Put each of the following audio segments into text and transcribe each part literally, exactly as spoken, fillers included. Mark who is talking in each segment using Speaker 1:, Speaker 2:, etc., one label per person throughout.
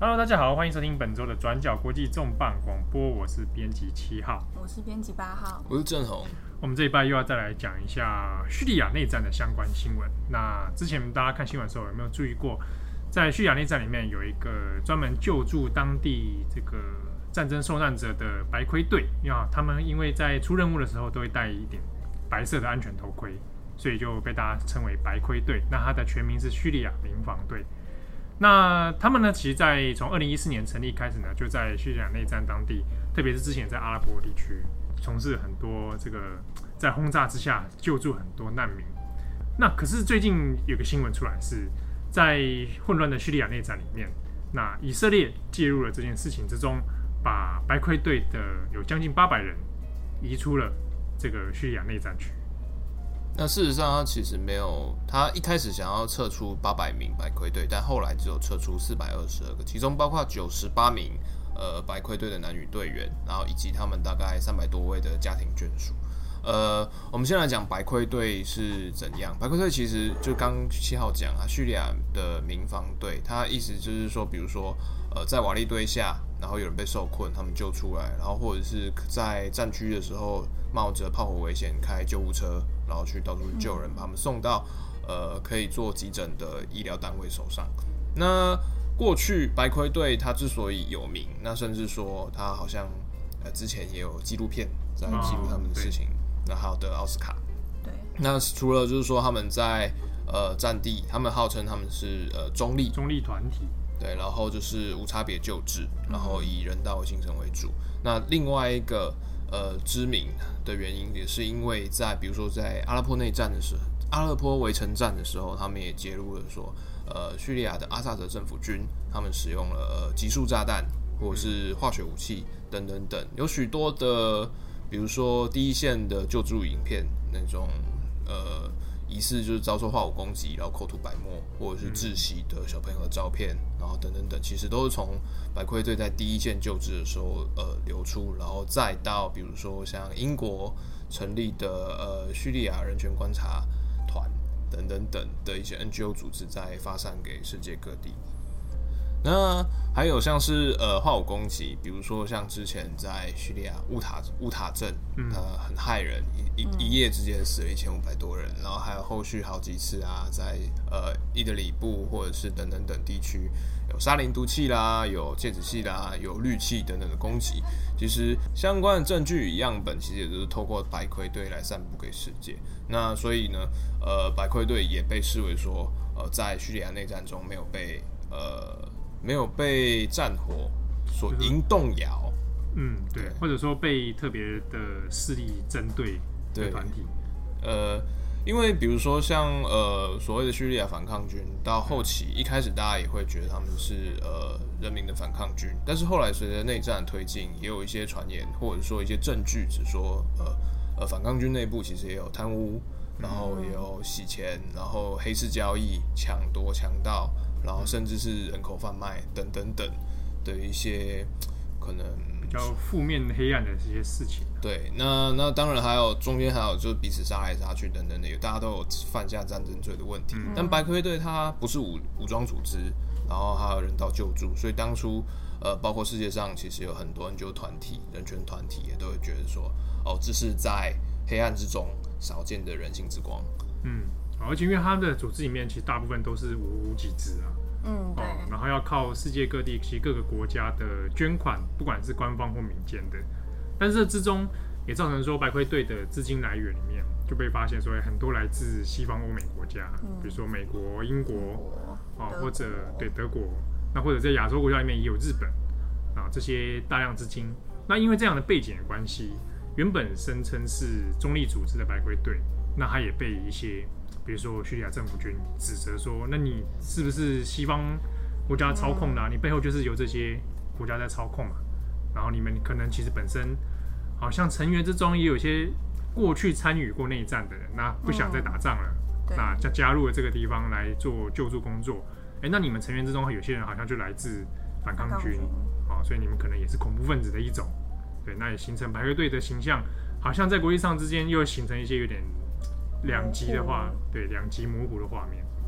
Speaker 1: Hello， 大家好，欢迎收听本周的转角国际重磅广播，我是编辑七号，
Speaker 2: 我是编辑八号，
Speaker 3: 我是郑宏。
Speaker 1: 我们这一拜又要再来讲一下叙利亚内战的相关新闻。那之前大家看新闻的时候有没有注意过，在叙利亚内战里面有一个专门救助当地这个战争受难者的白盔队啊，他们因为在出任务的时候都会戴一点白色的安全头盔，所以就被大家称为白盔队。那它的全名是叙利亚民防队。那他们呢，其实在从二零一四年成立开始呢，就在叙利亚内战当地，特别是之前在阿拉伯地区，从事很多这个在轰炸之下救助很多难民。那可是最近有个新闻出来是，在混乱的叙利亚内战里面，那以色列介入了这件事情之中，把白盔队的有将近八百人移出了这个叙利亚内战区。
Speaker 3: 那事实上，他其实没有，他一开始想要撤出八百名白盔队，但后来只有撤出四百二十二个，其中包括九十八名呃白盔队的男女队员，然后以及他们大概三百多位的家庭眷属。呃，我们先来讲白盔队是怎样。白盔队其实就刚七号讲啊，叙利亚的民防队，它意思就是说，比如说呃在瓦砾堆下，然后有人被受困，他们救出来，然后或者是在战区的时候冒着炮火危险开救护车，然后去到处救人，把他们送到呃可以做急诊的医疗单位手上。那过去白盔队它之所以有名，那甚至说它好像呃之前也有纪录片在记录他们的事情。那还有得奥斯卡。
Speaker 2: 对。
Speaker 3: 那除了就是说他们在呃战地，他们号称他们是呃中立
Speaker 1: 中立团体，
Speaker 3: 对，然后就是无差别救治，然后以人道精神为主。那另外一个呃知名的原因，也是因为在比如说在阿勒颇内战的时候，阿勒颇围城战的时候，他们也揭露了说，呃叙利亚的阿萨德政府军他们使用了呃集束炸弹或者是化学武器等等等，有许多的。比如说第一线的救助影片，那种呃疑似就是遭受化武攻击，然后口吐白沫，或者是窒息的小朋友的照片，然后等等等，其实都是从白盔队在第一线救治的时候呃流出，然后再到比如说像英国成立的呃叙利亚人权观察团等等等的一些 N G O 组织，在发散给世界各地。那还有像是呃化武攻击，比如说像之前在叙利亚乌塔乌塔镇，呃很害人，一一夜之间死了一千五百多人，然后还有后续好几次啊，在呃伊德里布或者是等等等地区有沙林毒气啦，有芥子气啦，有氯气等等的攻击。其实相关的证据与样本，其实也就是透过白盔队来散布给世界。那所以呢，呃白盔队也被视为说，呃在叙利亚内战中没有被呃。没有被战火所引动摇，
Speaker 1: 嗯，对，或者说被特别的势力针对的团体，
Speaker 3: 呃，因为比如说像呃所谓的叙利亚反抗军，到后期一开始大家也会觉得他们是呃人民的反抗军，但是后来随着内战的推进，也有一些传言或者说一些证据，指说呃呃反抗军内部其实也有贪污，然后也有洗钱，然后黑市交易、抢夺、强盗。然后甚至是人口贩卖等等等的一些可能
Speaker 1: 比较负面黑暗的这些事情。
Speaker 3: 对，那那当然还有中间还有就是彼此杀来杀去等等的，大家都有犯下战争罪的问题。嗯、但白盔队它不是武武装组织，然后还有人道救助，所以当初呃，包括世界上其实有很多 N G O 团体、人权团体也都会觉得说，哦，这是在黑暗之中少见的人性之光。
Speaker 1: 嗯。而且因为他们的组织里面其实大部分都是无无几支啊，
Speaker 2: 嗯，对、哦，
Speaker 1: 然后要靠世界各地其实各个国家的捐款，不管是官方或民间的，但是这之中也造成说白盔队的资金来源里面就被发现说很多来自西方欧美国家，嗯、比如说美国、英国啊、哦，或者对德国，那或者在亚洲国家里面也有日本啊这些大量资金。那因为这样的背景的关系，原本声称是中立组织的白盔队，那他也被一些比如说叙利亚政府军指责说，那你是不是西方国家操控的、啊？你背后就是由这些国家在操控嘛？然后你们可能其实本身好像成员之中也有些过去参与过内战的人，那不想再打仗了，嗯、那就加入了这个地方来做救助工作。哎，那你们成员之中有些人好像就来自反抗军，哦，所以你们可能也是恐怖分子的一种。对，那也形成白盔队的形象，好像在国际上之间又形成一些有点。两极的话，对两极模糊的画面。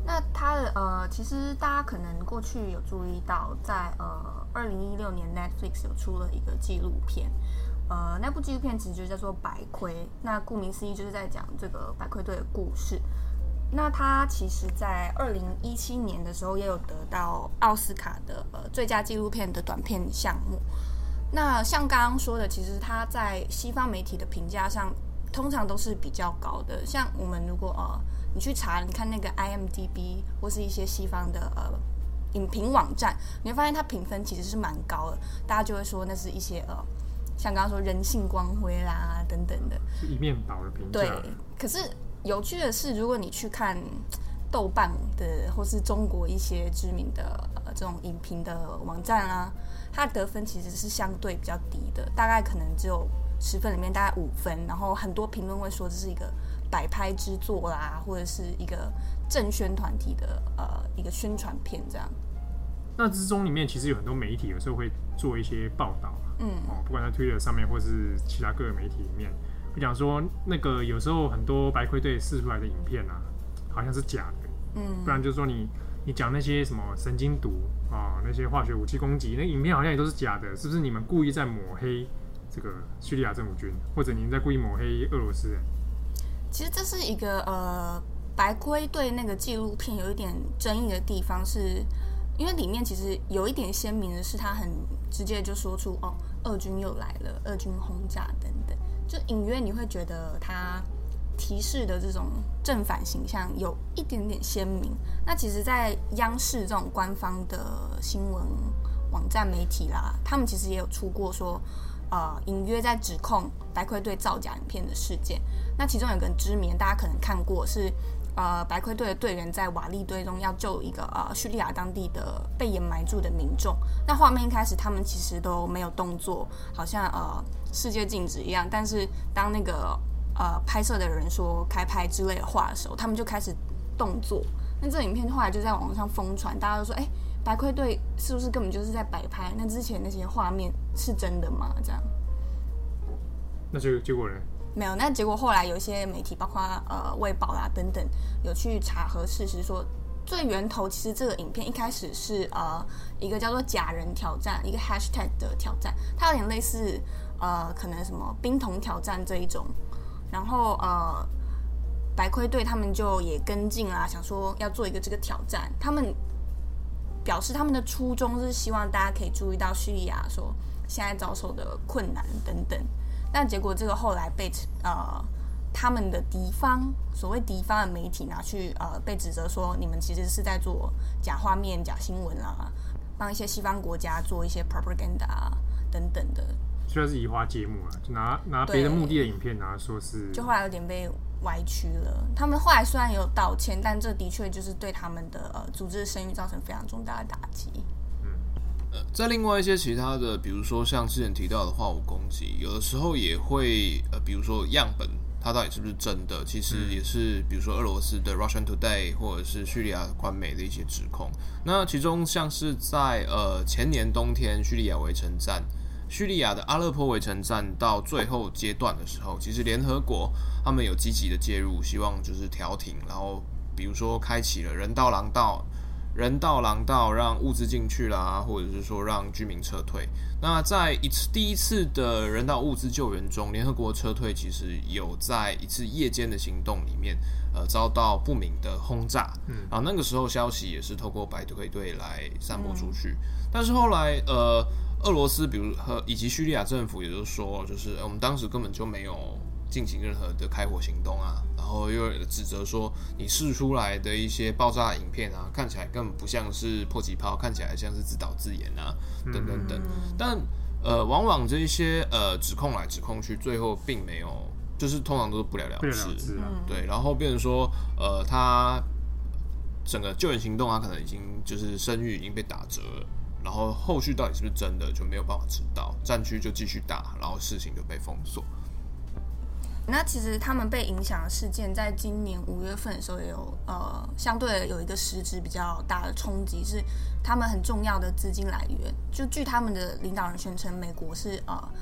Speaker 2: 那它的呃，其实大家可能过去有注意到在，在呃二零一六年 Netflix 有出了一个纪录片，呃，那部纪录片其实就叫做《白盔》，那顾名思义就是在讲这个白盔队的故事。那它其实，在二零一七年的时候也有得到奥斯卡的呃最佳纪录片的短片项目。那像刚刚说的，其实它在西方媒体的评价上，通常都是比较高的。像我们如果呃你去查，你看那个 I M D B 或是一些西方的呃影评网站，你会发现它评分其实是蛮高的，大家就会说那是一些呃像刚刚说人性光辉啦等等的，
Speaker 1: 是一面倒的评价。
Speaker 2: 对，可是有趣的是，如果你去看豆瓣的或是中国一些知名的呃这种影评的网站啊，它的得分其实是相对比较低的，大概可能只有十分里面大概五分，然后很多评论会说这是一个摆拍之作啦，或者是一个正宣团体的呃一个宣传片这样。
Speaker 1: 那之中里面其实有很多媒体有时候会做一些报道，
Speaker 2: 嗯，
Speaker 1: 哦，不管在 Twitter 上面或是其他各个媒体里面，会讲说那个有时候很多白盔队释出来的影片啊，好像是假的，
Speaker 2: 嗯，
Speaker 1: 不然就是说你你讲那些什么神经毒啊、哦，那些化学武器攻击，那影片好像也都是假的，是不是你们故意在抹黑这个叙利亚政府军，或者你们在故意抹黑俄罗斯人？
Speaker 2: 其实这是一个呃白盔队那个纪录片有一点争议的地方是。因为里面其实有一点鲜明的是，他很直接就说出哦，俄军又来了，俄军轰炸等等，就隐约你会觉得他提示的这种正反形象有一点点鲜明。那其实，在央视这种官方的新闻网站媒体啦，他们其实也有出过说，呃，隐约在指控白盔队造假影片的事件。那其中有个很知名，大家可能看过是。呃，白盔队的队员在瓦砾堆中要救一个呃叙利亚当地的被掩埋住的民众。那画面一开始他们其实都没有动作，好像呃世界静止一样。但是当那个呃拍摄的人说开拍之类的话的时候，他们就开始动作。那这影片后来就在网上疯传，大家都说，哎，白盔队是不是根本就是在摆拍？那之前那些画面是真的吗？这样？
Speaker 1: 那结结果呢？
Speaker 2: 没有，那结果后来有一些媒体，包括呃卫报啦等等，有去查核事实说，最源头其实这个影片一开始是呃一个叫做假人挑战，一个 hashtag 的挑战，它有点类似呃可能什么冰桶挑战这一种，然后呃白盔队他们就也跟进啦，想说要做一个这个挑战，他们表示他们的初衷是希望大家可以注意到叙利亚说现在遭受的困难等等。但结果这个后来被呃他们的敌方所谓敌方的媒体拿去呃被指责说你们其实是在做假画面、假新闻啊，帮一些西方国家做一些 propaganda 啊等等的，
Speaker 1: 虽然是移花接木啊，就拿拿别的目的的影片拿说是，
Speaker 2: 就后来有点被歪曲了。他们后来虽然有道歉，但这的确就是对他们的呃组织的声誉造成非常重大的打击。
Speaker 3: 在另外一些其他的，比如说像之前提到的化武攻击，有的时候也会呃，比如说样本它到底是不是真的，其实也是比如说俄罗斯的 Russian Today 或者是叙利亚官媒的一些指控。那其中像是在呃前年冬天叙利亚围城战，叙利亚的阿勒颇围城战到最后阶段的时候，其实联合国他们有积极的介入，希望就是调停，然后比如说开启了人道廊道。人道廊道让物资进去啦，或者是说让居民撤退。那在一次第一次的人道物资救援中，联合国撤退其实有在一次夜间的行动里面，呃，遭到不明的轰炸。嗯，然后那个时候消息也是透过白盔队来散播出去。嗯、但是后来，呃，俄罗斯比如和以及叙利亚政府也就是说，就是我们当时根本就没有进行任何的开火行动啊，然后又指责说你释出来的一些爆炸影片啊，看起来根本不像是迫击炮，看起来像是自导自演啊，等等等。但呃，往往这一些呃指控来指控去，最后并没有，就是通常都是不了了之。
Speaker 1: 不了了之啊、
Speaker 3: 对，然后变成说呃，他整个救援行动，他可能已经就是声誉已经被打折了。然后后续到底是不是真的，就没有办法知道。战区就继续打，然后事情就被封锁。
Speaker 2: 那其实他们被影响的事件，在今年五月份的时候也有呃相对有一个实质比较大的冲击，是他们很重要的资金来源。就据他们的领导人宣称，美国是呃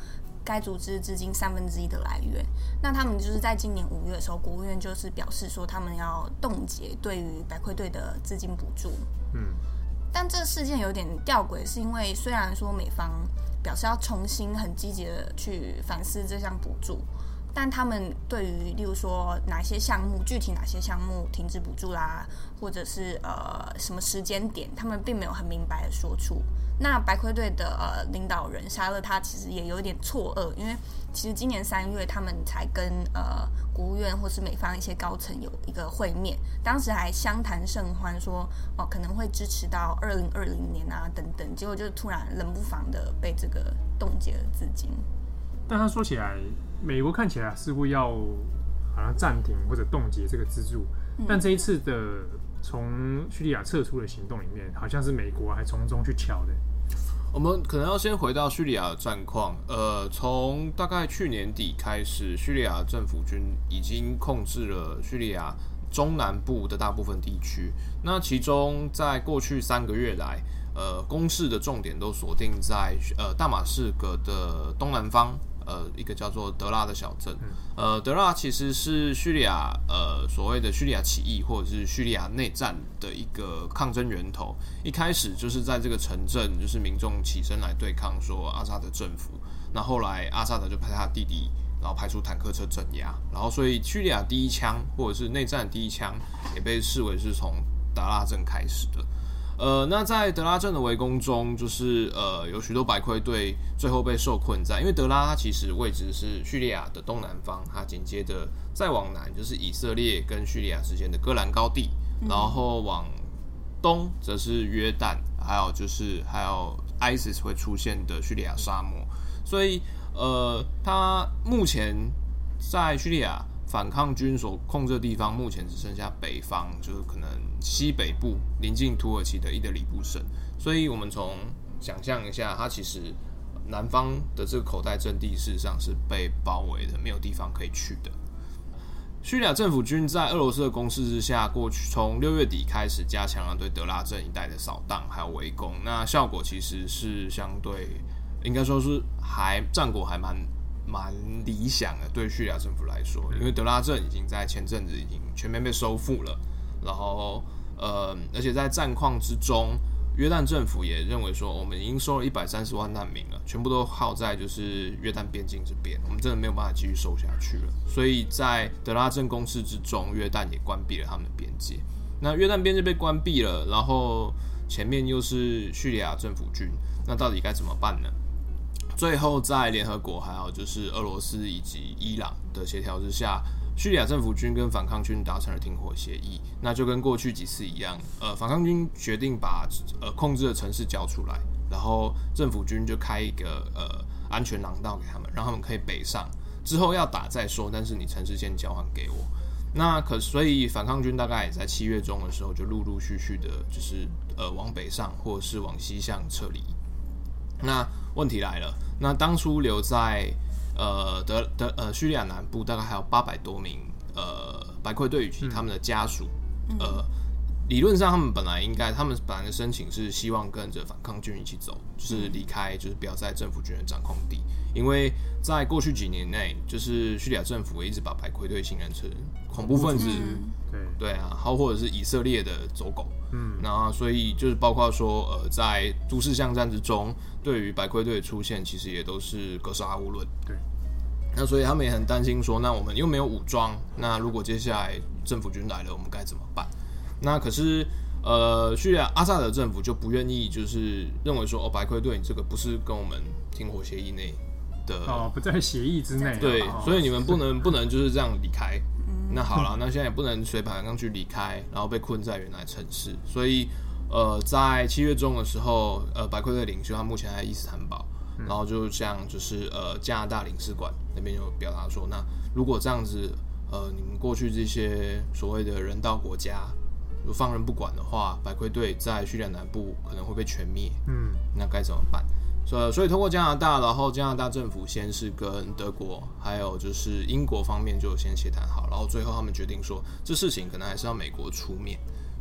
Speaker 2: 该组织资金三分之一的来源。那他们就是在今年五月的时候，国务院就是表示说，他们要冻结对于百亏队的资金补助。
Speaker 1: 嗯，
Speaker 2: 但这事件有点吊诡，是因为虽然说美方表示要重新很积极的去反思这项补助，但他们对于例如说哪些项目，具体哪些项目停止补助啦，或者是呃什么时间点，他们并没有很明白的说出。那白亏队的呃领导人沙勒他其实也有一点错愕，因为其实今年三月他们才跟呃国务院或是美方一些高层有一个会面，当时还相谈甚欢说哦可能会支持到二零二零年啊等等，结果就突然冷不防的被这个冻结了资金。
Speaker 1: 但他说起来，美国看起来似乎要好像暂停或者冻结这个资助，嗯、但这一次的从叙利亚撤出的行动里面，好像是美国还从中去瞧的。
Speaker 3: 我们可能要先回到叙利亚的战况。呃，从大概去年底开始，叙利亚政府军已经控制了叙利亚中南部的大部分地区。那其中，在过去三个月来，呃，攻势的重点都锁定在呃大马士革的东南方。呃，一个叫做德拉的小镇，呃，德拉其实是叙利亚呃所谓的叙利亚起义或者是叙利亚内战的一个抗争源头。一开始就是在这个城镇，就是民众起身来对抗说阿萨德政府。那后来阿萨德就派他弟弟，然后派出坦克车镇压，然后所以叙利亚第一枪或者是内战第一枪也被视为是从德拉镇开始的。呃，那在德拉镇的围攻中，就是呃有许多白亏队最后被受困在，因为德拉它其实位置是叙利亚的东南方，它紧接着再往南就是以色列跟叙利亚之间的戈兰高地，嗯、然后往东则是约旦，还有就是还有 I S I S 会出现的叙利亚沙漠，所以呃，它目前在叙利亚反抗军所控制的地方，目前只剩下北方，就是可能西北部临近土耳其的伊德里布省。所以我们从想象一下，它其实南方的这个口袋阵地事实上是被包围的，没有地方可以去的。叙利亚政府军在俄罗斯的攻势之下，过去从六月底开始加强了对德拉镇一带的扫荡还有围攻，那效果其实是相对应该说是还战果还蛮蛮理想的，对叙利亚政府来说，因为德拉镇已经在前阵子已经全面被收复了，然后呃，而且在战况之中，约旦政府也认为说，我们已经收了一百三十万难民了，全部都耗在就是约旦边境这边，我们真的没有办法继续收下去了。所以在德拉镇攻势之中，约旦也关闭了他们的边界。那约旦边界被关闭了，然后前面又是叙利亚政府军，那到底该怎么办呢？最后在联合国还有就是俄罗斯以及伊朗的协调之下，叙利亚政府军跟反抗军达成了停火协议。那就跟过去几次一样，呃，反抗军决定把呃控制的城市交出来，然后政府军就开一个呃安全廊道给他们，让他们可以北上。之后要打再说，但是你城市先交还给我。那可所以反抗军大概也在七月中的时候就陆陆续续的，就是呃往北上或者是往西向撤离。那问题来了，那当初留在呃德德呃叙利亚南部大概还有八百多名呃白亏队以及他们的家属，嗯、呃，理论上他们本来应该，他们本来的申请是希望跟着反抗军一起走，就是离开，就是不要在政府军的掌控地，因为在过去几年内，就是叙利亚政府也一直把白亏队信任成恐怖分子，
Speaker 1: 嗯、对
Speaker 3: 对啊，好或者是以色列的走狗，嗯，那所以就是包括说呃在都市巷战之中，对于白亏队的出现，其实也都是格杀勿论，
Speaker 1: 对。
Speaker 3: 那所以他们也很担心说，那我们又没有武装，那如果接下来政府军来了，我们该怎么办？那可是，呃，叙利亚阿萨德政府就不愿意，就是认为说，哦，白亏队你这个不是跟我们停火协议内的，
Speaker 1: 哦，不在协议之内，
Speaker 3: 对，
Speaker 1: 哦、
Speaker 3: 所以你们不能不能就是这样离开。那好了，那现在也不能随反抗军离开，然后被困在原来城市。所以，呃，在七月中的时候，呃，白亏队领袖他目前在伊斯坦堡。然后就像就是呃加拿大领事馆那边有表达说，那如果这样子呃你们过去这些所谓的人道国家如果放任不管的话，白亏队在叙利亚南部可能会被全灭，嗯，那该怎么办？所以所以通过加拿大，然后加拿大政府先是跟德国还有就是英国方面就先协谈好，然后最后他们决定说这事情可能还是要美国出面，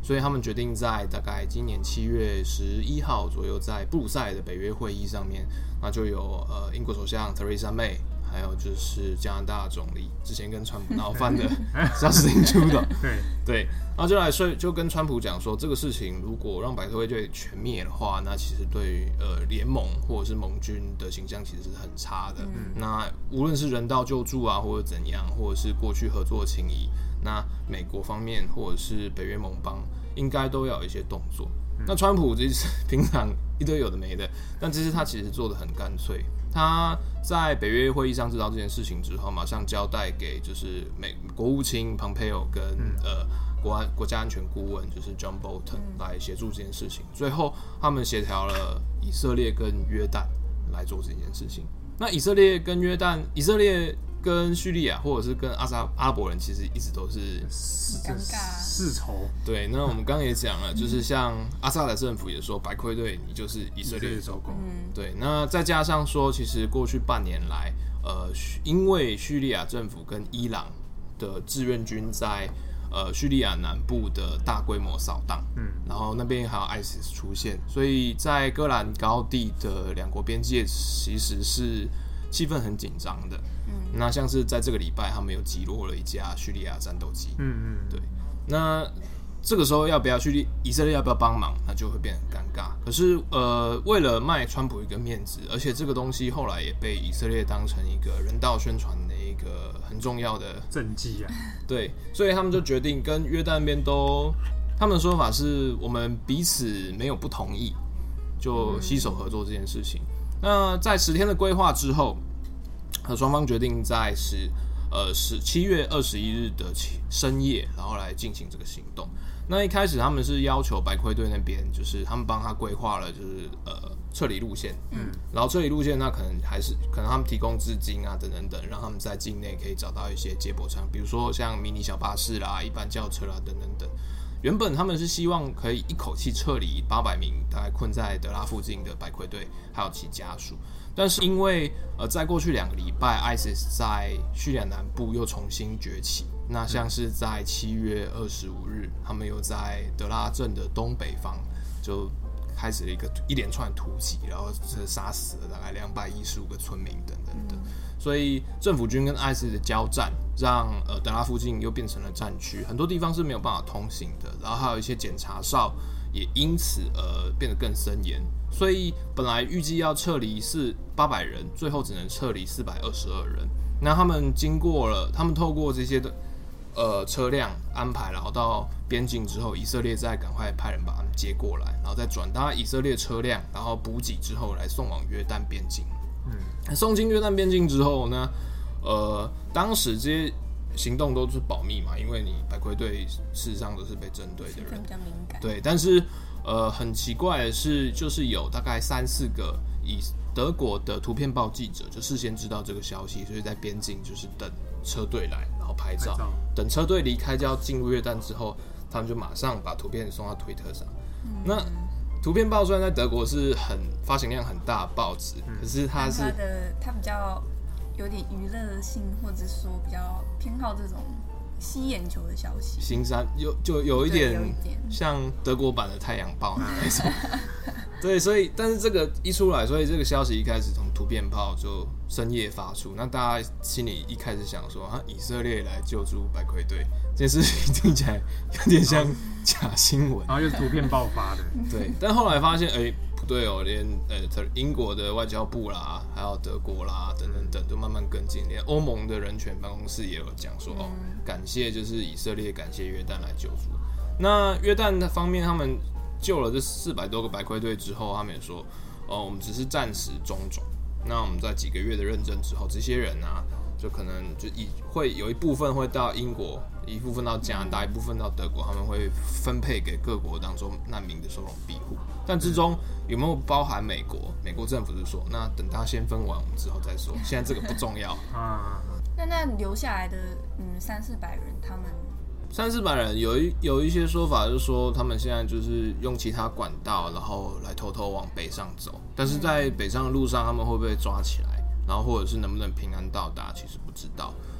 Speaker 3: 所以他们决定在大概今年七月十一号左右，在布鲁塞尔的北约会议上面，那就有呃英国首相 Theresa May， 还有就是加拿大总理之前跟川普闹翻的 Justin Trudeau， 对对，然后就来说就跟川普讲说，这个事情如果让百科队全灭的话，那其实对于呃联盟或者是盟军的形象其实是很差的。嗯、那无论是人道救助啊，或者怎样，或者是过去合作情谊，那美国方面或者是北约盟邦应该都要有一些动作。嗯、那川普就是平常一堆有的没的，但这次他其实做得很干脆。他在北约会议上知道这件事情之后，马上交代给就是美国务卿 Pompeo 跟、嗯、呃国安国家安全顾问就是 John Bolton 来协助这件事情。最后他们协调了以色列跟约旦来做这件事情。那以色列跟约旦，以色列跟叙利亚或者是跟阿萨阿拉伯人，其实一直都是
Speaker 2: 尴尬
Speaker 1: 世仇。
Speaker 3: 对，那我们刚刚也讲了，就是像阿萨德政府也说，白盔队你就是以色列的手工。对，那再加上说，其实过去半年来，呃，因为叙利亚政府跟伊朗的志愿军在呃叙利亚南部的大规模扫荡，嗯，然后那边还有 I S I S 出现，所以在戈兰高地的两国边界其实是气氛很紧张的。嗯，那像是在这个礼拜，他们有击落了一架叙利亚战斗机。嗯嗯，对。那这个时候要不要去以色列要不要帮忙，那就会变得很尴尬。可是呃，为了卖川普一个面子，而且这个东西后来也被以色列当成一个人道宣传的一个很重要的
Speaker 1: 政绩啊。
Speaker 3: 对，所以他们就决定跟约旦那边都，他们的说法是我们彼此没有不同意，就携手合作这件事情。那在十天的规划之后，双方决定在十呃十七月二十一日的深夜，然后来进行这个行动。那一开始他们是要求白盔队那边，就是他们帮他规划了，就是呃撤离路线，嗯，然后撤离路线那可能还是可能他们提供资金啊等等等，让他们在境内可以找到一些接驳车，比如说像迷你小巴士啦、一般轿车啦等等等。原本他们是希望可以一口气撤离八百名大概困在德拉附近的白盔队还有其家属，但是因为呃在过去两个礼拜 I S I S 在叙利亚南部又重新崛起，那像是在七月二十五日，他们又在德拉镇的东北方就开始了一个一连串突袭，然后杀死了大概两百一十五个村民等等等。所以政府军跟 I S I S 的交战，让呃德拉附近又变成了战区，很多地方是没有办法通行的。然后还有一些检查哨也因此呃变得更森严。所以本来预计要撤离是八百人，最后只能撤离四百二十二人。那他们经过了，他们透过这些的呃车辆安排，然后到边境之后，以色列再赶快派人把他们接过来，然后再转搭以色列车辆，然后补给之后来送往约旦边境。嗯，送进约旦边境之后呢，呃，当时这些行动都是保密嘛，因为你白盔队事实上都是被针对的人，
Speaker 2: 比较敏感。
Speaker 3: 对，但是呃，很奇怪的是，就是有大概三四个以德国的图片报记者就事先知道这个消息，所以在边境就是等车队来，然后拍照，拍照等车队离开就要进入约旦之后，他们就马上把图片送到推特上。嗯、那图片报虽然在德国是很发行量很大的报纸，嗯、可是它是
Speaker 2: 它的它比较有点娱乐性，或者说比较偏好这种吸眼球的消息。
Speaker 3: 新山有就有一点像德国版的《太阳报》那种。对，所以但是这个一出来，所以这个消息一开始从图片炮就深夜发出，那大家心里一开始想说，啊，以色列来救助白盔队，这件事情听起来有点像假新闻，
Speaker 1: 然后又是图片爆发的。
Speaker 3: 对，但后来发现，哎、欸，不对哦，连呃英国的外交部啦，还有德国啦，等等等，都慢慢跟进，连欧盟的人权办公室也有讲说，哦，感谢就是以色列，感谢约旦来救助。那约旦的方面，他们救了这四百多个白盔队之后，他们也说，哦，我们只是暂时中转。那我们在几个月的认证之后，这些人啊，就可能就以会有一部分会到英国，一部分到加拿大，一部分到德国，他们会分配给各国当中难民的收容庇护。但之中有没有包含美国？美国政府是说，那等他先分完，我们之后再说。现在这个不重要
Speaker 2: 啊。那那留下来的嗯三四百人，他们。
Speaker 3: 三四百人有一有一些说法，就是说他们现在就是用其他管道，然后来偷偷往北上走。但是在北上的路上，他们会不会被抓起来？然后或者是能不能平安到达，其实不知道。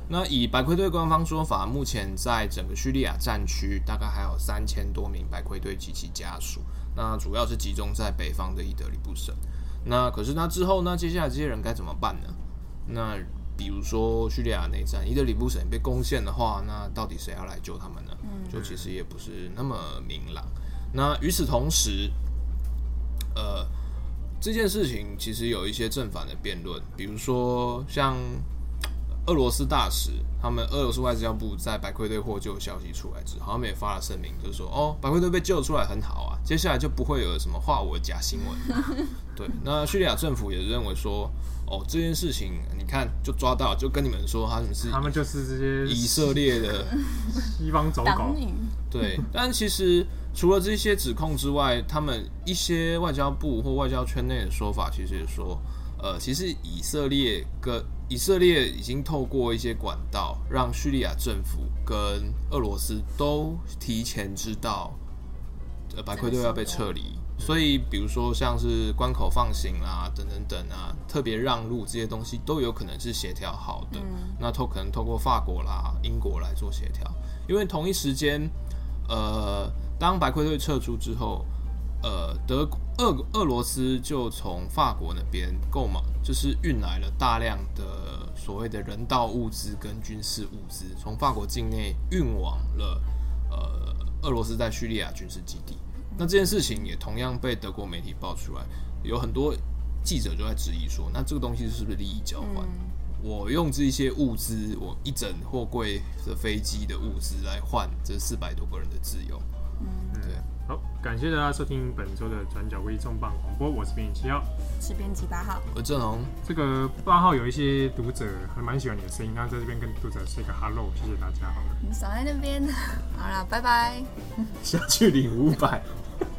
Speaker 3: 那以白盔队官方说法，目前在整个叙利亚战区大概还有三千多名白盔队及其家属，那主要是集中在北方的伊德里布省。那可是那之后呢？接下来这些人该怎么办呢？那比如说叙利亚内战，伊德里布省被攻陷的话，那到底谁要来救他们呢？就其实也不是那么明朗。那与此同时，呃，这件事情其实有一些正反的辩论，比如说像俄罗斯大使，他们俄罗斯外交部在白盔队获救消息出来之后，他们也发了声明，就是说，哦，白盔队被救出来很好啊，接下来就不会有什么画我假新闻。对，那叙利亚政府也认为说，哦，这件事情你看就抓到，就跟你们说他们是
Speaker 1: 他们就是这些
Speaker 3: 以色列的
Speaker 1: 西方走狗。
Speaker 3: 对，但其实除了这些指控之外，他们一些外交部或外交圈内的说法，其实也说，呃，其实以色列跟以色列已经透过一些管道，让叙利亚政府跟俄罗斯都提前知道，呃，白盔队要被撤离，所以比如说像是关口放行啦，等等等啊，特别让路这些东西都有可能是协调好的。嗯、那透可能透过法国啦、英国来做协调，因为同一时间，呃，当白盔队撤出之后，呃，德俄俄罗斯就从法国那边购买，就是运来了大量的所谓的人道物资跟军事物资，从法国境内运往了呃俄罗斯在叙利亚军事基地。那这件事情也同样被德国媒体爆出来，有很多记者就在质疑说，那这个东西是不是利益交换？嗯、我用这些物资，我一整货柜的飞机的物资来换这四百多个人的自由。
Speaker 2: 嗯，
Speaker 3: 对。
Speaker 1: 好，感谢大家收听本周的转角微重磅广播，我是编辑七号，
Speaker 2: 是编辑八号，
Speaker 3: 我是郑宏。
Speaker 1: 这个八号有一些读者还蛮喜欢你的声音，那在这边跟读者说一个 hello， 谢谢大家好了。
Speaker 2: 你少在那边，好了，拜拜。
Speaker 3: 下去领五百。